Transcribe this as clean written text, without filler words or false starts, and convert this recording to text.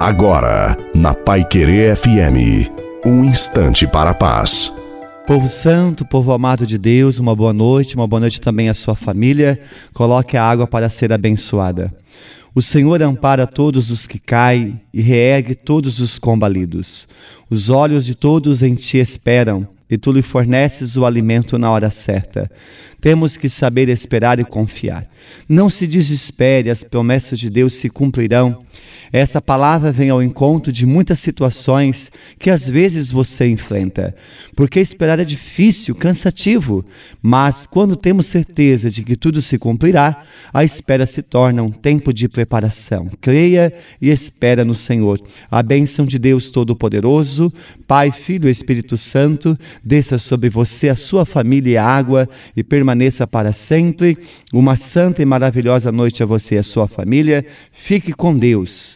Agora, na Paiquerê FM, um instante para a paz. Povo santo, povo amado de Deus, uma boa noite também à sua família. Coloque a água para ser abençoada. O Senhor ampara todos os que caem e reergue todos os combalidos. Os olhos de todos em ti esperam, e tu lhe forneces o alimento na hora certa. Temos que saber esperar e confiar. Não se desespere, as promessas de Deus se cumprirão. Essa palavra vem ao encontro de muitas situações que às vezes você enfrenta, porque esperar é difícil, cansativo, mas quando temos certeza de que tudo se cumprirá, a espera se torna um tempo de preparação. Creia e espera no Senhor. A bênção de Deus Todo-Poderoso, Pai, Filho e Espírito Santo, desça sobre você, a sua família e a água e permaneça para sempre. Uma santa e maravilhosa noite a você e a sua família. Fique com Deus.